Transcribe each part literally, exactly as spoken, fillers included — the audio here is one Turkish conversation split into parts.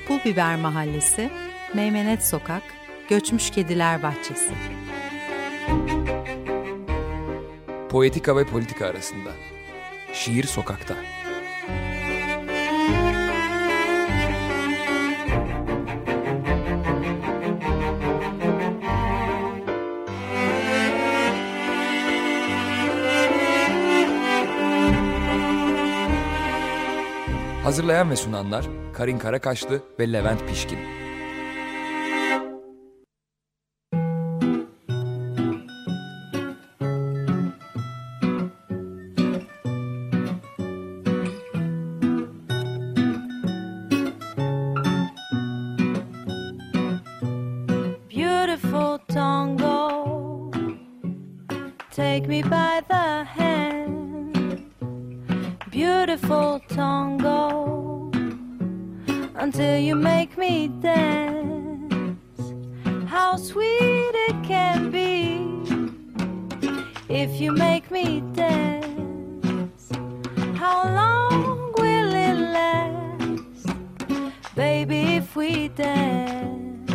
Pulbiber Mahallesi, Meymenet Sokak, Göçmüş Kediler Bahçesi. Poetika ve politika arasında. Şiir sokakta. Hazırlayan ve sunanlar Karin Karakaşlı ve Levent Pişkin. Beautiful tango, take me by the hand. Beautiful tango, until you make me dance. How sweet it can be if you make me dance. How long will it last, baby, if we dance?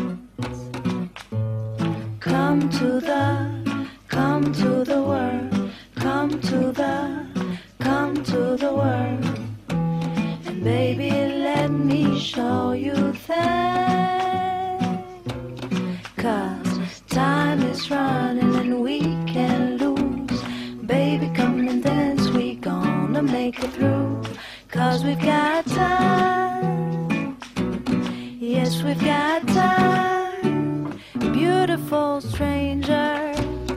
Come to the, come to the world, come to the, come to the world, and baby, let me show you that. 'Cause time is running and we can't lose. Baby, come and dance, we gonna make it through. 'Cause we've got time, yes, we've got time. Beautiful stranger,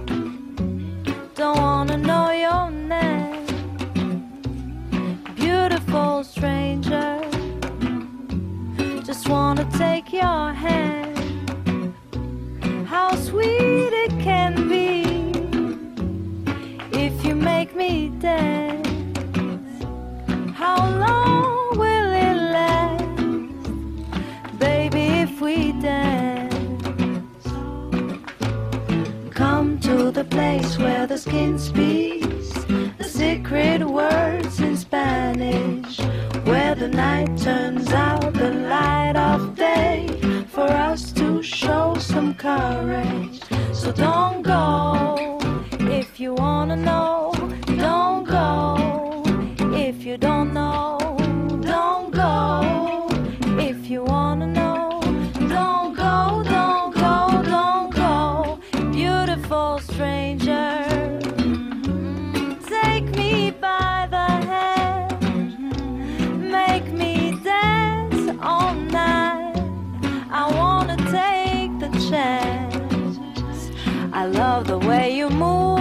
don't wanna know your name. Beautiful stranger, just wanna take your hand. How sweet it can be if you make me dance. How long will it last, baby, if we dance? Come to the place where the skin speaks the secret words in Spanish, where the night turns out the light of day, for us to show some courage. So don't go if you wanna know, don't go if you don't know, don't go if you wanna know, don't go, don't go, don't go. Beautiful stranger, take me by the hand, make me dance all night. I wanna take the chance. I love the way you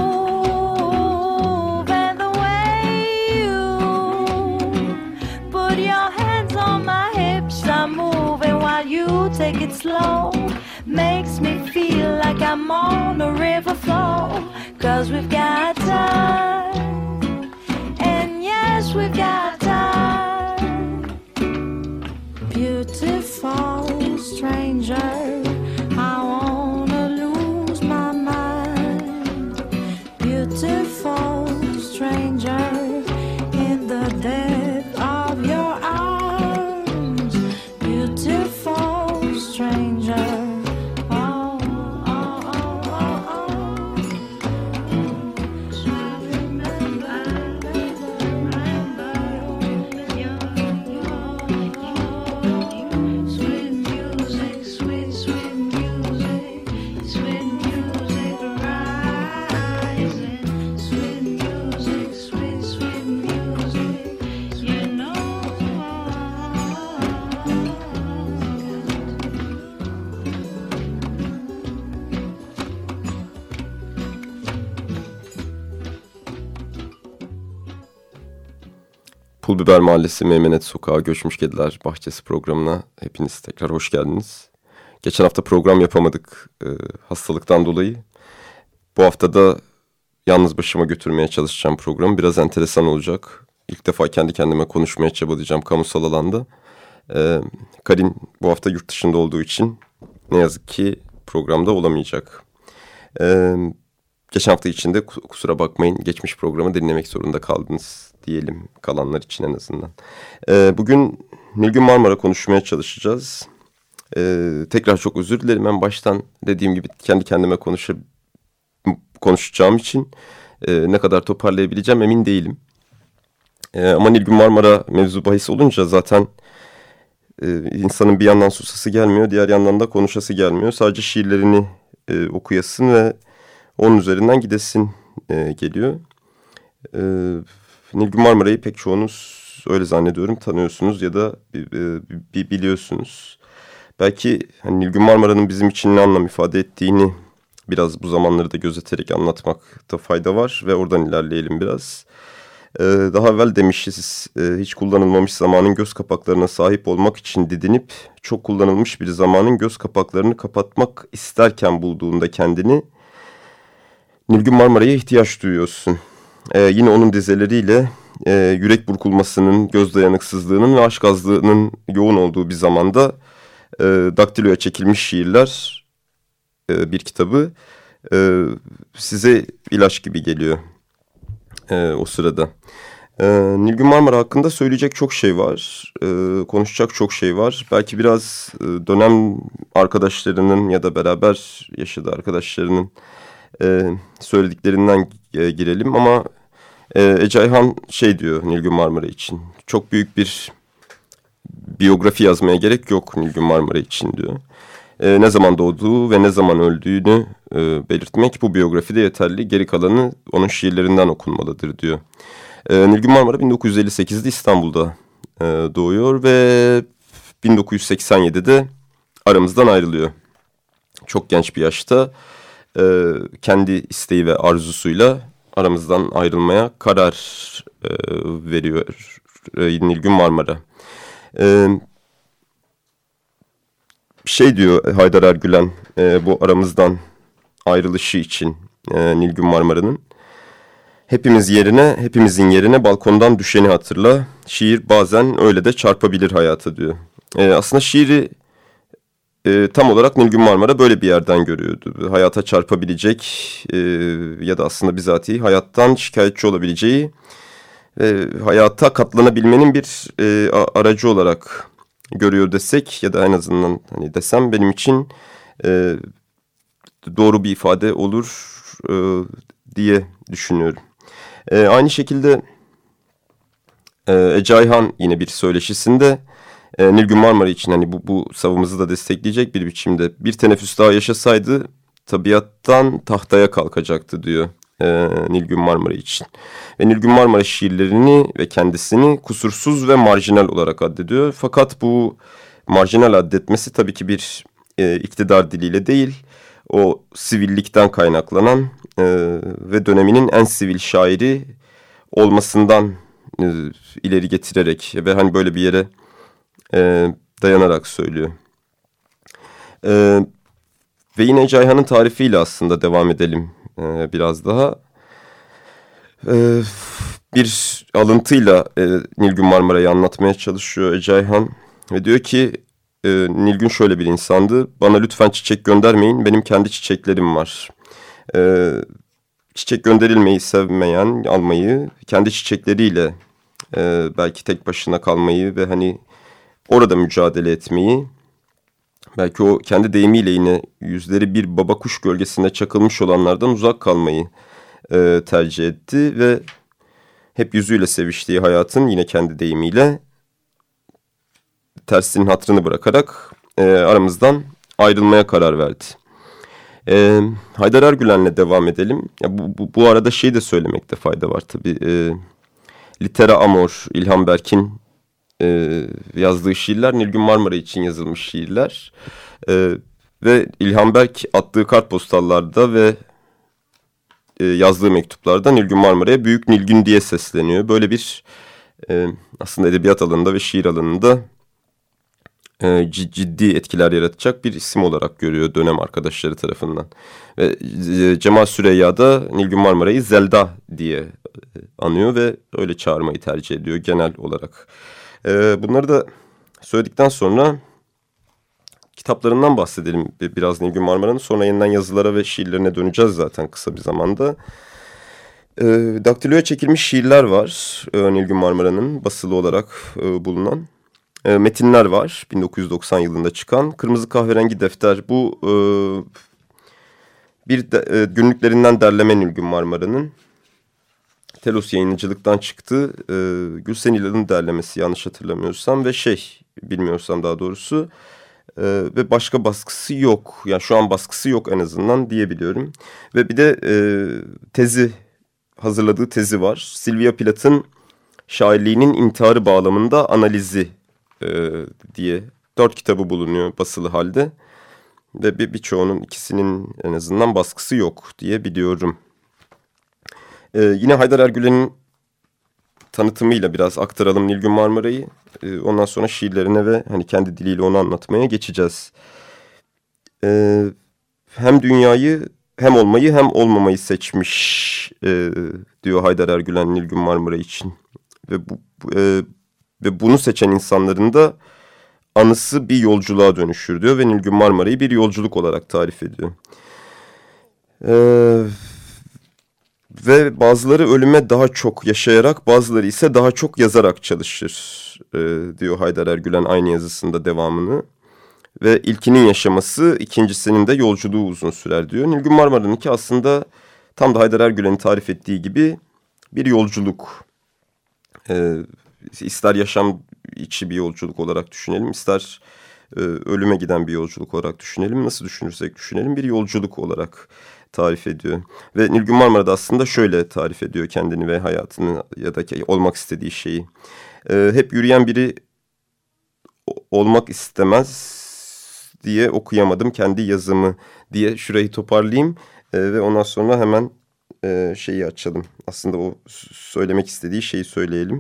move and the way you put your hands on my hips. I'm moving while you take it slow. Makes me feel like I'm on a river flow. 'Cause we've got time, and yes, we've got time. Beautiful stranger, I wanna lose my mind. Beautiful stranger, in the depth of your arms. Beautiful stranger. Pulbiber Mahallesi, Meymenet Sokağı, Göçmüş Kediler Bahçesi programına hepiniz tekrar hoş geldiniz. Geçen hafta program yapamadık e, hastalıktan dolayı. Bu hafta da yalnız başıma götürmeye çalışacağım programı. Biraz enteresan olacak. İlk defa kendi kendime konuşmaya çabalayacağım kamusal alanda. E, Karin bu hafta yurt dışında olduğu için ne yazık ki programda olamayacak. E, geçen hafta içinde kusura bakmayın, geçmiş programı dinlemek zorunda kaldınız diyelim, kalanlar için en azından. Ee, bugün Nilgün Marmara konuşmaya çalışacağız. Ee, tekrar çok özür dilerim. En baştan dediğim gibi kendi kendime konuşa, konuşacağım için e, ne kadar toparlayabileceğim emin değilim. E, ama Nilgün Marmara mevzu bahis olunca zaten e, insanın bir yandan susası gelmiyor, diğer yandan da konuşası gelmiyor. Sadece şiirlerini e, okuyasın ve onun üzerinden gidesin e, geliyor. E, Nilgün Marmara'yı pek çoğunuz öyle zannediyorum tanıyorsunuz ya da e, e, biliyorsunuz. Belki hani Nilgün Marmara'nın bizim için ne anlam ifade ettiğini biraz bu zamanları da gözeterek anlatmakta fayda var ve oradan ilerleyelim biraz. Ee, daha evvel demişiz, e, hiç kullanılmamış zamanın göz kapaklarına sahip olmak için didinip çok kullanılmış bir zamanın göz kapaklarını kapatmak isterken bulduğunda kendini Nilgün Marmara'ya ihtiyaç duyuyorsun. Ee, yine onun dizeleriyle e, yürek burkulmasının, göz dayanıksızlığının ve aşk azlığının yoğun olduğu bir zamanda e, daktiloya çekilmiş şiirler e, bir kitabı e, size ilaç gibi geliyor. Ee, o sırada. Ee, Nilgün Marmara hakkında söyleyecek çok şey var. Ee, konuşacak çok şey var. Belki biraz e, dönem arkadaşlarının ya da beraber yaşadığı arkadaşlarının e, söylediklerinden e, girelim. Ama e, Ece Ayhan şey diyor Nilgün Marmara için. Çok büyük bir biyografi yazmaya gerek yok Nilgün Marmara için diyor. E, ne zaman doğduğu ve ne zaman öldüğünü e, belirtmek bu biyografide yeterli. Geri kalanı onun şiirlerinden okunmalıdır diyor. E, Nilgün Marmara bin dokuz yüz elli sekizde İstanbul'da e, doğuyor ve bin dokuz yüz seksen yedide aramızdan ayrılıyor. Çok genç bir yaşta e, kendi isteği ve arzusuyla aramızdan ayrılmaya karar e, veriyor e, Nilgün Marmara. Evet. Şey diyor Haydar Ergülen e, bu aramızdan ayrılışı için e, Nilgün Marmara'nın. Hepimiz yerine, hepimizin yerine balkondan düşeni hatırla. Şiir bazen öyle de çarpabilir hayata diyor. E, aslında şiiri e, tam olarak Nilgün Marmara böyle bir yerden görüyordu. Hayata çarpabilecek e, ya da aslında bizatihi hayattan şikayetçi olabileceği e, hayata katlanabilmenin bir e, aracı olarak görüyor desek ya da en azından hani desem benim için e, doğru bir ifade olur e, diye düşünüyorum. E, aynı şekilde e, Ece Ayhan yine bir söyleşisinde e, Nilgün Marmara için hani bu, bu savımızı da destekleyecek bir biçimde bir teneffüs daha yaşasaydı tabiattan tahtaya kalkacaktı diyor e, Nilgün Marmara için. Ve Nilgün Marmara şiirlerini ve kendisini kusursuz ve marjinal olarak addediyor. Fakat bu marjinal addetmesi tabii ki bir e, iktidar diliyle değil, o sivillikten kaynaklanan e, ve döneminin en sivil şairi olmasından e, ileri getirerek ve hani böyle bir yere e, dayanarak söylüyor. E, ve yine Ece Ayhan'ın tarifiyle aslında devam edelim e, biraz daha. E, bir alıntıyla e, Nilgün Marmara'yı anlatmaya çalışıyor Ece Ayhan ve diyor ki e, Nilgün şöyle bir insandı. Bana lütfen çiçek göndermeyin, benim kendi çiçeklerim var. E, çiçek gönderilmeyi sevmeyen, almayı, kendi çiçekleriyle e, belki tek başına kalmayı ve hani orada mücadele etmeyi, belki o kendi deyimiyle yine yüzleri bir baba kuş gölgesinde çakılmış olanlardan uzak kalmayı e, tercih etti ve hep yüzüyle seviştiği hayatın yine kendi deyimiyle tersinin hatırını bırakarak e, aramızdan ayrılmaya karar verdi. E, Haydar Ergülen'le devam edelim. Ya bu, bu, bu arada şey de söylemekte fayda var tabii. E, Litera Amor, İlhan Berk'in e, yazdığı şiirler Nilgün Marmara için yazılmış şiirler. E, ve İlhan Berk attığı kartpostallarda ve e, yazdığı mektuplarda Nilgün Marmara'ya Büyük Nilgün diye sesleniyor. Böyle bir e, aslında edebiyat alanında ve şiir alanında e, ciddi etkiler yaratacak bir isim olarak görüyor dönem arkadaşları tarafından. Ve e, Cemal Süreyya da Nilgün Marmara'yı Zelda diye e, anıyor ve öyle çağırmayı tercih ediyor genel olarak. E, bunları da söyledikten sonra kitaplarından bahsedelim biraz Nilgün Marmara'nın. Sonra yeniden yazılara ve şiirlerine döneceğiz zaten kısa bir zamanda. E, daktiloya çekilmiş şiirler var e, Nilgün Marmara'nın basılı olarak e, bulunan. E, metinler var bin dokuz yüz doksan yılında çıkan. Kırmızı Kahverengi Defter bu e, bir de, e, günlüklerinden derleme Nilgün Marmara'nın. Telos Yayıncılıktan çıktı. E, Gülsen İlal'ın derlemesi yanlış hatırlamıyorsam ve şey bilmiyorsam daha doğrusu e, ve başka baskısı yok. Yani şu an baskısı yok en azından diyebiliyorum. Ve bir de e, tezi hazırladığı tezi var. Sylvia Plath'ın şairliğinin intiharı bağlamında analizi e, diye dört kitabı bulunuyor basılı halde. Ve bir birçoğunun ikisinin en azından baskısı yok diye biliyorum. Ee, yine Haydar Ergülen'in tanıtımıyla biraz aktaralım Nilgün Marmara'yı. Ee, ondan sonra şiirlerine ve hani kendi diliyle onu anlatmaya geçeceğiz. Ee, hem dünyayı hem olmayı hem olmamayı seçmiş e, diyor Haydar Ergülen Nilgün Marmara için. Ve, bu, e, ve bunu seçen insanların da anısı bir yolculuğa dönüşür diyor ve Nilgün Marmara'yı bir yolculuk olarak tarif ediyor. Ee, ve bazıları ölüme daha çok yaşayarak, bazıları ise daha çok yazarak çalışır e, diyor Haydar Ergülen aynı yazısında devamını. Ve ilkinin yaşaması, ikincisinin de yolculuğu uzun sürer diyor. Nilgün Marmara'nınki aslında tam da Haydar Ergülen'in tarif ettiği gibi bir yolculuk. Ee, ister yaşam içi bir yolculuk olarak düşünelim, ister e, ölüme giden bir yolculuk olarak düşünelim. Nasıl düşünürsek düşünelim bir yolculuk olarak tarif ediyor. Ve Nilgün Marmara da aslında şöyle tarif ediyor kendini ve hayatını ya da olmak istediği şeyi. E, hep yürüyen biri olmak istemez diye okuyamadım kendi yazımı diye şurayı toparlayayım. E, ve ondan sonra hemen e, şeyi açalım. Aslında o söylemek istediği şeyi söyleyelim.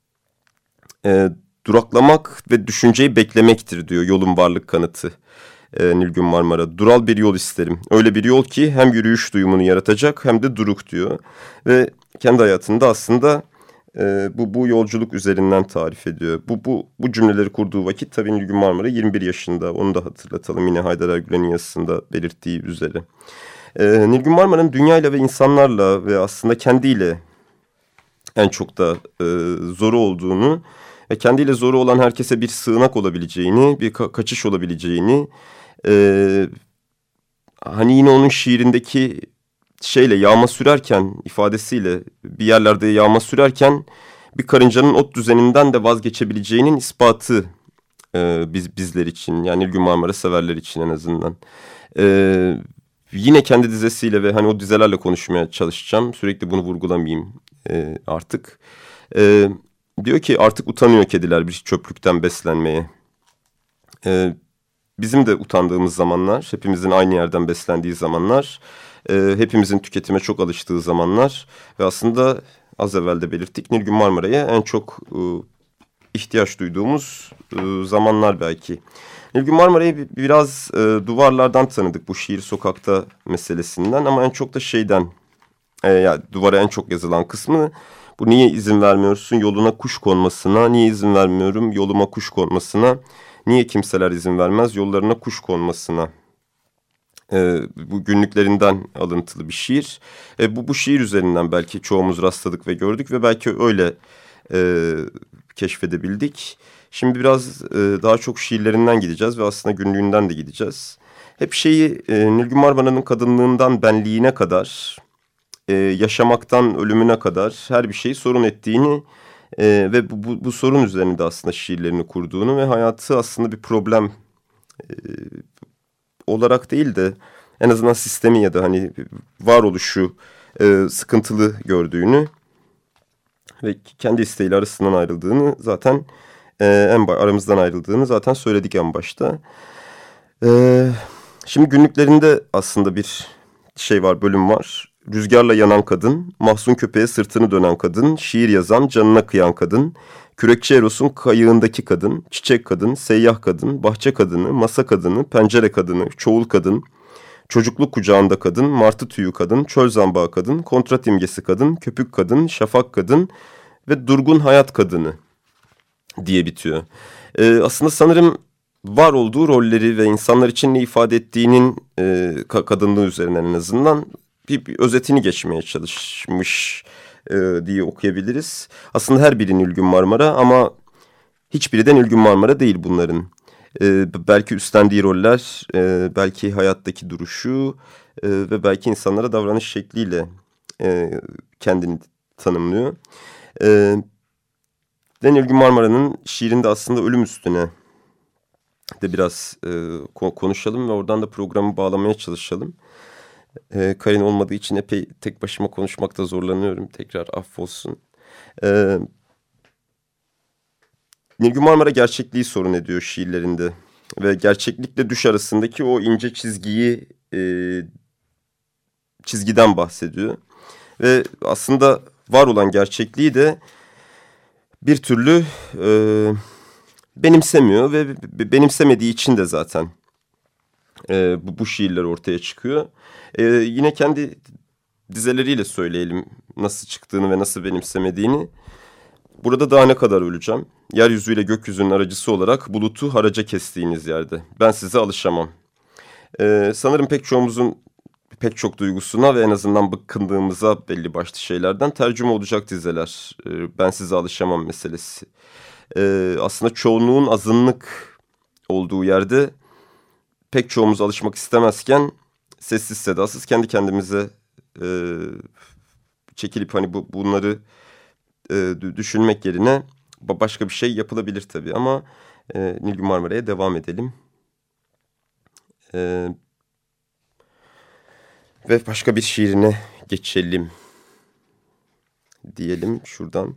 E, duraklamak ve düşünceyi beklemektir diyor yolun varlık kanıtı e, Nilgün Marmara. Dural bir yol isterim. Öyle bir yol ki hem yürüyüş duyumunu yaratacak hem de duruk diyor. Ve kendi hayatında aslında e, bu bu yolculuk üzerinden tarif ediyor. Bu bu bu cümleleri kurduğu vakit tabii Nilgün Marmara yirmi bir yaşında. Onu da hatırlatalım yine Haydar Ergülen'in yazısında belirttiği üzere. E, Nilgün Marmara'nın dünyayla ve insanlarla ve aslında kendiyle en çok da e, zoru olduğunu ve kendiyle zoru olan herkese bir sığınak olabileceğini, bir ka- kaçış olabileceğini, e, hani yine onun şiirindeki şeyle yağma sürerken, ifadesiyle bir yerlerde yağma sürerken bir karıncanın ot düzeninden de vazgeçebileceğinin ispatı e, biz bizler için, yani Nilgün Marmara severler için en azından. E, yine kendi dizesiyle ve hani o dizelerle konuşmaya çalışacağım. Sürekli bunu vurgulamayayım e, artık. Evet. Diyor ki artık utanıyor kediler bir çöplükten beslenmeye. Ee, bizim de utandığımız zamanlar, hepimizin aynı yerden beslendiği zamanlar, e, hepimizin tüketime çok alıştığı zamanlar ve aslında az evvel de belirttik Nilgün Marmara'ya en çok e, ihtiyaç duyduğumuz e, zamanlar belki. Nilgün Marmara'yı biraz e, duvarlardan tanıdık bu şiir sokakta meselesinden ama en çok da şeyden, e, yani duvara en çok yazılan kısmı. Bu niye izin vermiyorsun yoluna kuş konmasına, niye izin vermiyorum yoluma kuş konmasına, niye kimseler izin vermez yollarına kuş konmasına. Ee, bu günlüklerinden alıntılı bir şiir. Ee, bu, bu şiir üzerinden belki çoğumuz rastladık ve gördük ve belki öyle e, keşfedebildik. Şimdi biraz e, daha çok şiirlerinden gideceğiz ve aslında günlüğünden de gideceğiz. Hep şeyi e, Nilgün Marmara'nın kadınlığından benliğine kadar... Ee, yaşamaktan ölümüne kadar her bir şeyi sorun ettiğini e, ve bu, bu, bu sorun üzerinde aslında şiirlerini kurduğunu ve hayatı aslında bir problem e, olarak değil de en azından sistemi ya da hani varoluşu e, sıkıntılı gördüğünü ve kendi isteğiyle arasından ayrıldığını zaten e, en aramızdan ayrıldığını zaten söyledik en başta. E, şimdi günlüklerinde aslında bir şey var, bölüm var. Rüzgarla yanan kadın, mahzun köpeğe sırtını dönen kadın, şiir yazan, canına kıyan kadın, kürekçi Eros'un kayığındaki kadın, çiçek kadın, seyyah kadın, bahçe kadını, masa kadını, pencere kadını, çoğul kadın, çocukluk kucağında kadın, martı tüyü kadın, çöl zambağı kadın, kontrat imgesi kadın, köpük kadın, şafak kadın ve durgun hayat kadını diye bitiyor. Ee, aslında sanırım var olduğu rolleri ve insanlar için ne ifade ettiğinin e, kadınlığı üzerinden en azından bir, bir özetini geçmeye çalışmış e, diye okuyabiliriz. Aslında her biri Nilgün Marmara ama hiçbiri de Nilgün Marmara değil bunların. E, belki üstlendiği roller, e, belki hayattaki duruşu e, ve belki insanlara davranış şekliyle e, kendini tanımlıyor. E, ve Nilgün Marmara'nın şiirinde aslında ölüm üstüne de biraz e, konuşalım ve oradan da programı bağlamaya çalışalım. E, Karin olmadığı için epey tek başıma konuşmakta zorlanıyorum. Tekrar affolsun. E, Nilgün Marmara gerçekliği sorun ediyor şiirlerinde. Ve gerçeklikle düş arasındaki o ince çizgiyi e, çizgiden bahsediyor. Ve aslında var olan gerçekliği de bir türlü e, benimsemiyor ve benimsemediği için de zaten e, bu, bu şiirler ortaya çıkıyor. E, yine kendi dizeleriyle söyleyelim nasıl çıktığını ve nasıl benimsemediğini. Burada daha ne kadar öleceğim? Yeryüzüyle gökyüzünün aracısı olarak bulutu haraca kestiğiniz yerde. Ben size alışamam. Ee, sanırım pek çoğumuzun pek çok duygusuna ve en azından bıkkındığımıza belli başlı şeylerden tercüme olacak dizeler. Ee, ben size alışamam meselesi. Ee, aslında çoğunluğun azınlık olduğu yerde pek çoğumuz alışmak istemezken sessiz sedasız kendi kendimize e, çekilip hani bu, bunları e, düşünmek yerine başka bir şey yapılabilir tabii ama e, Nilgün Marmara'ya devam edelim. E, ve başka bir şiirine geçelim diyelim şuradan.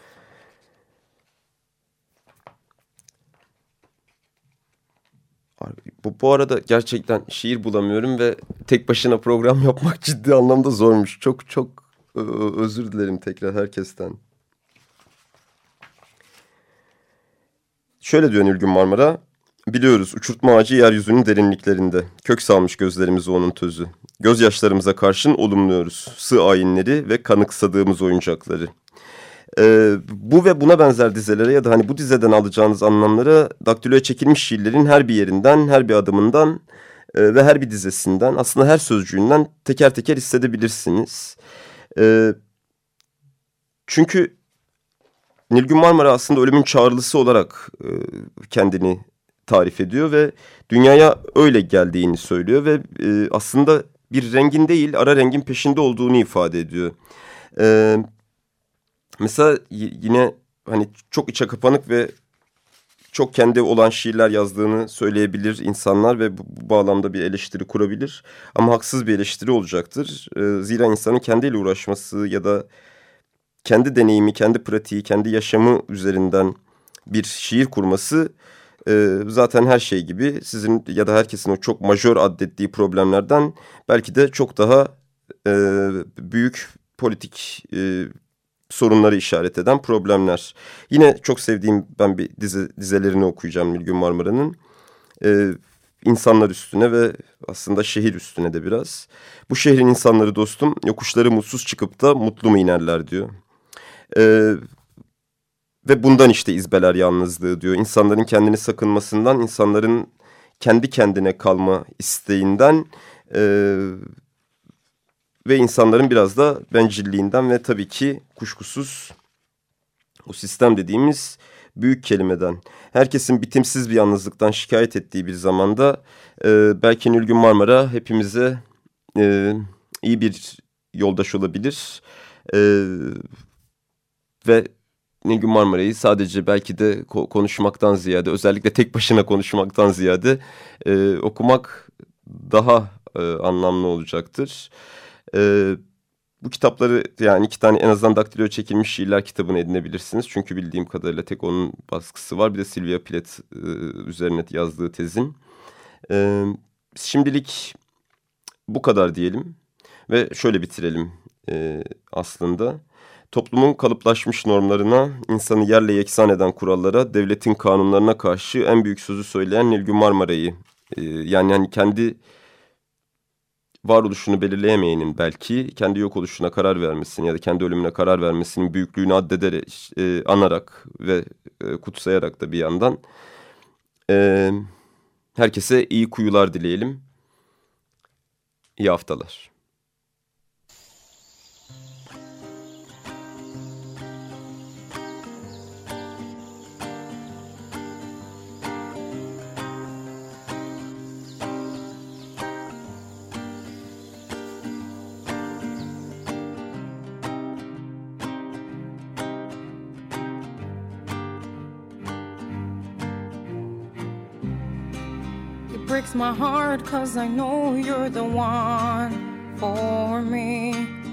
Bu, bu arada gerçekten şiir bulamıyorum ve tek başına program yapmak ciddi anlamda zormuş. Çok çok özür dilerim tekrar herkesten. Şöyle diyor Nilgün Marmara. Biliyoruz uçurtma ağacı yeryüzünün derinliklerinde. Kök salmış gözlerimize onun tözü. Gözyaşlarımıza karşın olumluyoruz. Sığ ayinleri ve kanıksadığımız oyuncakları. Ee, bu ve buna benzer dizelere ya da hani bu dizeden alacağınız anlamlara daktiloya çekilmiş şiirlerin her bir yerinden, her bir adımından e, ve her bir dizesinden aslında her sözcüğünden teker teker hissedebilirsiniz. E, çünkü Nilgün Marmara aslında ölümün çağrılısı olarak e, kendini tarif ediyor ve dünyaya öyle geldiğini söylüyor ve e, aslında bir rengin değil ara rengin peşinde olduğunu ifade ediyor. E, mesela yine hani çok içe kapanık ve çok kendi olan şiirler yazdığını söyleyebilir insanlar ve bu, bu bağlamda bir eleştiri kurabilir. Ama haksız bir eleştiri olacaktır. E, zira insanın kendiyle uğraşması ya da kendi deneyimi, kendi pratiği, kendi yaşamı üzerinden bir şiir kurması e, zaten her şey gibi sizin ya da herkesin o çok majör addettiği problemlerden belki de çok daha e, büyük politik e, sorunları işaret eden problemler. Yine çok sevdiğim ben bir dize, dizelerini okuyacağım Nilgün Marmara'nın. E, insanlar üstüne ve aslında şehir üstüne de biraz. Bu şehrin insanları dostum yokuşları mutsuz çıkıp da mutlu mu inerler diyor. Ee, ve bundan işte izbeler yalnızlığı diyor. İnsanların kendini sakınmasından, insanların kendi kendine kalma isteğinden e, ve insanların biraz da bencilliğinden ve tabii ki kuşkusuz o sistem dediğimiz büyük kelimeden. Herkesin bitimsiz bir yalnızlıktan şikayet ettiği bir zamanda e, belki Nilgün Marmara hepimize e, iyi bir yoldaş olabilir. Evet. Ve Nilgün Marmara'yı sadece belki de konuşmaktan ziyade özellikle tek başına konuşmaktan ziyade e, okumak daha e, anlamlı olacaktır. E, bu kitapları yani iki tane en azından daktiloya çekilmiş şiirler kitabını edinebilirsiniz. Çünkü bildiğim kadarıyla tek onun baskısı var. Bir de Sylvia Plath e, üzerine yazdığı tezin. E, şimdilik bu kadar diyelim ve şöyle bitirelim e, aslında. Toplumun kalıplaşmış normlarına, insanı yerle yeksan eden kurallara, devletin kanunlarına karşı en büyük sözü söyleyen Nilgün Marmara'yı, e, yani hani kendi varoluşunu belirleyemeyenin belki kendi yok oluşuna karar vermesini ya da kendi ölümüne karar vermesinin büyüklüğünü addederek, e, anarak ve e, kutsayarak da bir yandan e, herkese iyi kuyular dileyelim. İyi haftalar. breaks my heart, 'cause I know you're the one for me.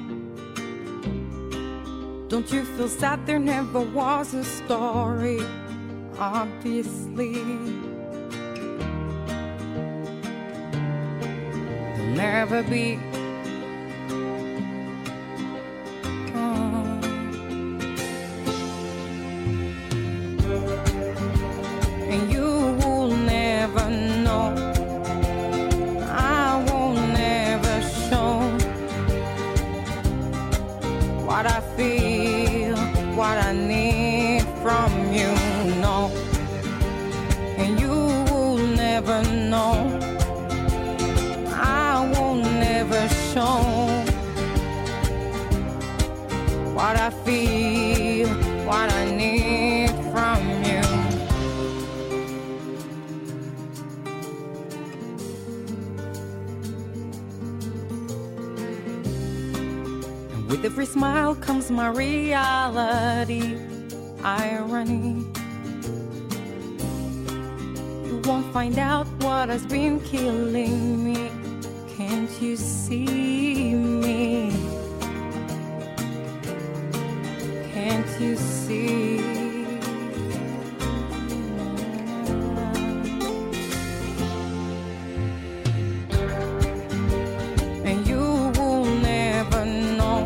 Don't you feel sad? There never was a story, obviously. There'll never be. What I feel, what I need from you, no. And you will never know. I will never show what I feel, what I need from you. With every smile comes my reality, irony. You won't find out what has been killing me. Can't you see me? Can't you see? And you will never know.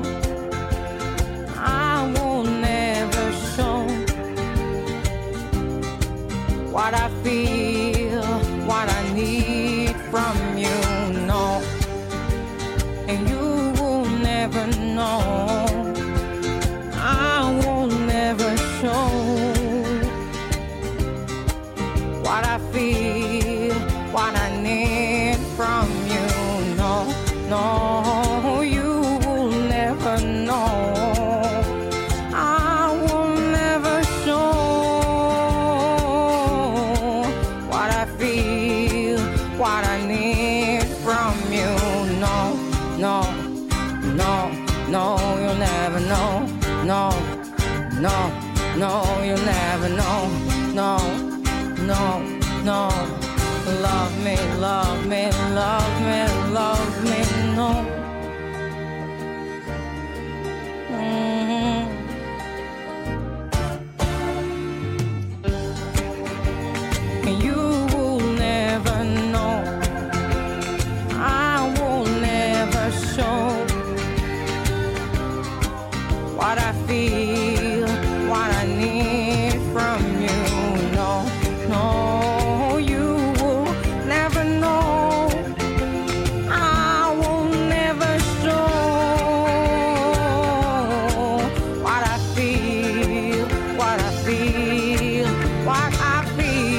What I feel, what I need from you, no. And you will never know. I will never show what I feel, what I need from you, no, no. You will never know. What I need from you, no, no, no, no, you'll never know, no, no, no, you'll never know, no, no, no, love me, love me, love me, love me, no. Mm-hmm. And you will never know. What I feel, what I need from you, no, no, you will never know. I will never show what I feel, what I feel, what I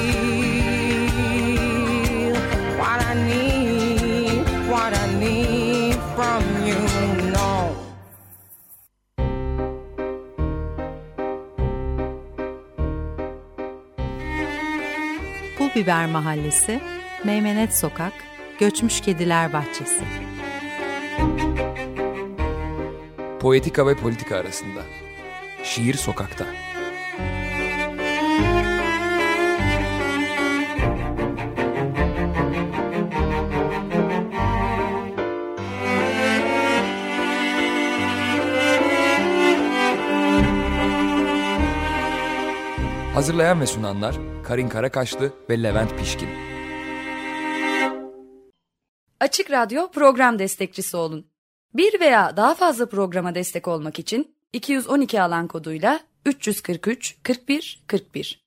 feel, what I need, what I need from you, no. Pulbiber Mahallesi, Meymenet Sokak, Göçmüş Kediler Bahçesi. Poetika ve politika arasında. Şiir sokakta. Hazırlayan ve sunanlar Karin Karakaşlı ve Levent Pişkin. Açık Radyo program destekçisi olun. Bir veya daha fazla programa destek olmak için iki yüz on iki alan koduyla üç yüz kırk üç kırk bir kırk bir